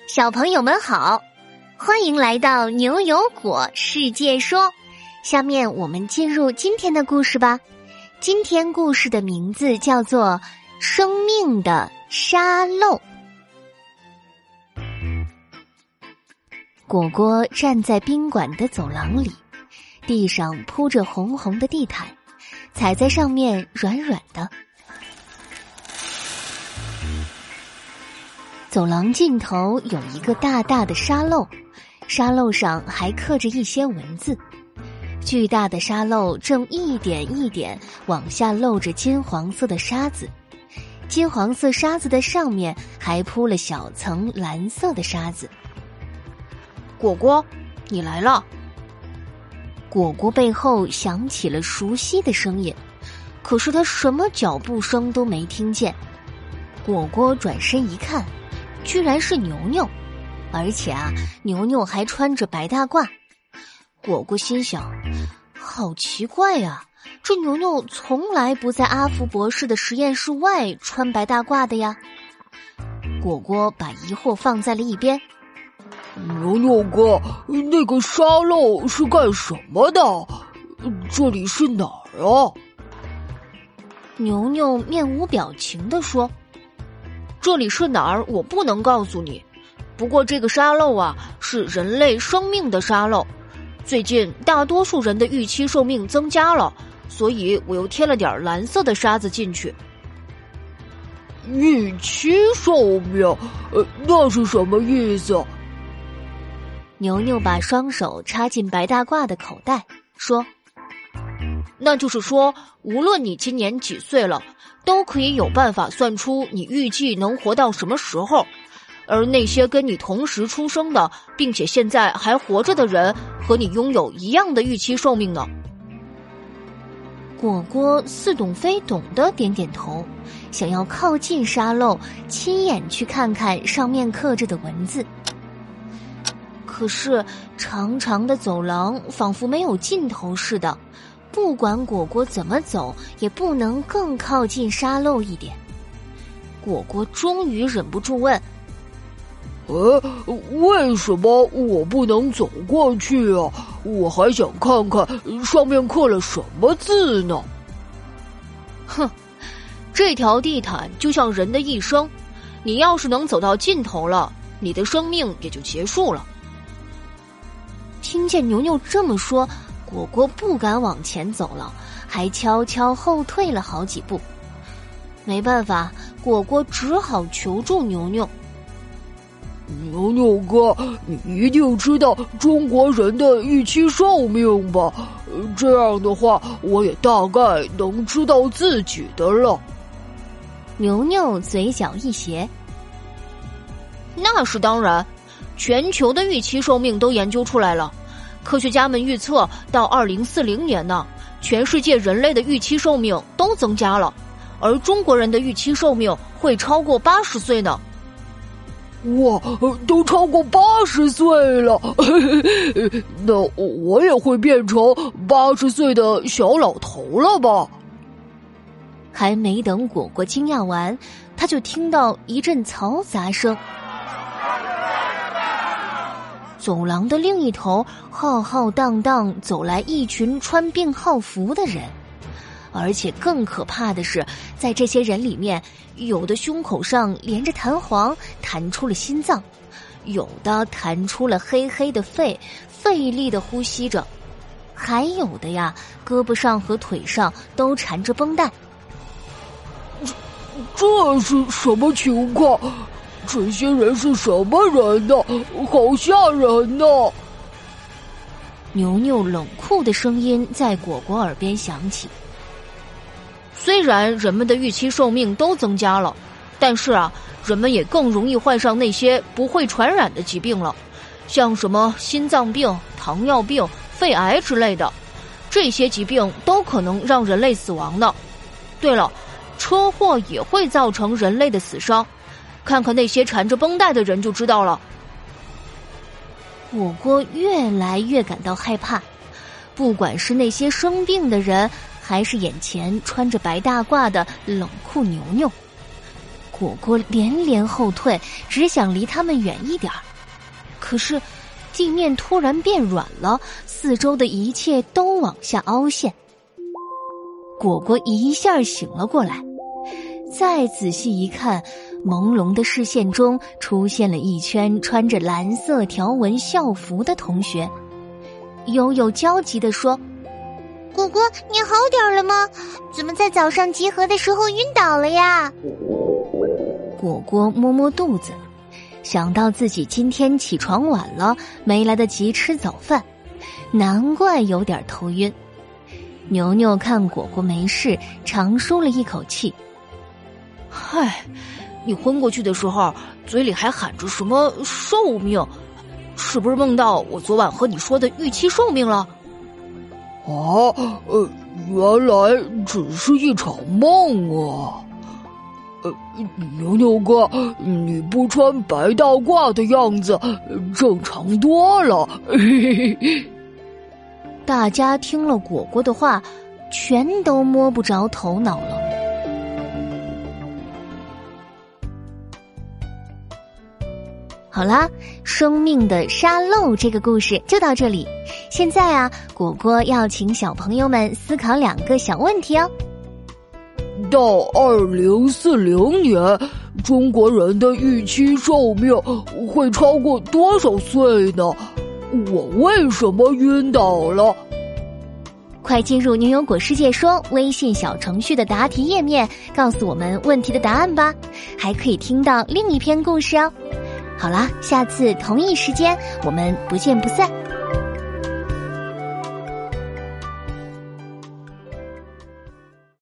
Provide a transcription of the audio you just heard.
小朋友们好，欢迎来到牛油果世界说。下面我们进入今天的故事吧。今天故事的名字叫做《生命的沙漏》。果果站在宾馆的走廊里，地上铺着红红的地毯，踩在上面软软的。走廊尽头有一个大大的沙漏，沙漏上还刻着一些文字。巨大的沙漏正一点一点往下漏着金黄色的沙子，金黄色沙子的上面还铺了小层蓝色的沙子。 果果，你来了。 果果背后响起了熟悉的声音，可是他什么脚步声都没听见。果果转身一看，居然是牛牛，而且牛牛还穿着白大褂。果果心想，好奇怪呀，这牛牛从来不在阿福博士的实验室外穿白大褂的呀。果果把疑惑放在了一边。 牛牛哥，那个沙漏是干什么的？这里是哪儿啊？ 牛牛面无表情地说， 这里是哪儿我不能告诉你，不过这个沙漏是人类生命的沙漏。最近大多数人的预期寿命增加了，所以我又添了点蓝色的沙子进去。 预期寿命？那是什么意思？ 牛牛把双手插进白大褂的口袋，说， 那就是说，无论你今年几岁了，都可以有办法算出你预计能活到什么时候。而那些跟你同时出生的，并且现在还活着的人，和你拥有一样的预期寿命呢。 果果似懂非懂的点点头，想要靠近沙漏，亲眼去看看上面刻着的文字。可是长长的走廊仿佛没有尽头似的，不管果果怎么走，也不能更靠近沙漏一点。果果终于忍不住问， 为什么我不能走过去啊？我还想看看上面刻了什么字呢。 哼，这条地毯就像人的一生，你要是能走到尽头了，你的生命也就结束了。 听见牛牛这么说，果果不敢往前走了，还悄悄后退了好几步。没办法，果果只好求助牛牛。 牛牛哥，你一定知道中国人的预期寿命吧？这样的话，我也大概能知道自己的了。 牛牛嘴角一斜， 那是当然，全球的预期寿命都研究出来了。科学家们预测到2040年呢，全世界人类的预期寿命都增加了，而中国人的预期寿命会超过80岁呢。 哇，都超过80岁了，那我也会变成80岁的小老头了吧？ 还没等果果惊讶完，他就听到一阵嘈杂声。走廊的另一头浩浩荡荡走来一群穿病号服的人，而且更可怕的是，在这些人里面，有的胸口上连着弹簧，弹出了心脏；有的弹出了黑黑的肺，费力地呼吸着；还有的胳膊上和腿上都缠着绷带。 这是什么情况？这些人是什么人呢？好吓人呢！ 牛牛冷酷的声音在果果耳边响起。 虽然人们的预期寿命都增加了，但是人们也更容易患上那些不会传染的疾病了，像什么心脏病、糖尿病、肺癌之类的，这些疾病都可能让人类死亡的。对了，车祸也会造成人类的死伤，看看那些缠着绷带的人就知道了。 果果越来越感到害怕，不管是那些生病的人，还是眼前穿着白大褂的冷酷牛牛。 果果连连后退，只想离他们远一点儿。可是地面突然变软了，四周的一切都往下凹陷。果果一下醒了过来，再仔细一看，朦胧的视线中出现了一圈穿着蓝色条纹校服的同学。悠悠焦急地说： 果果，你好点了吗？怎么在早上集合的时候晕倒了呀？ 果果摸摸肚子，想到自己今天起床晚了，没来得及吃早饭，难怪有点头晕。牛牛看果果没事，长舒了一口气。 嗨，你昏过去的时候，嘴里还喊着什么寿命，是不是梦到我昨晚和你说的预期寿命了？ 原来只是一场梦啊！牛牛哥，你不穿白大褂的样子正常多了。 大家听了果果的话，全都摸不着头脑了。好啦，生命的沙漏这个故事就到这里。现在啊，果果要请小朋友们思考2个小问题哦。 到2040年，中国人的预期寿命会超过多少岁呢？我为什么晕倒了？ 快进入牛油果世界说微信小程序的答题页面，告诉我们问题的答案吧。还可以听到另一篇故事哦。好啦，下次同一时间我们不见不散。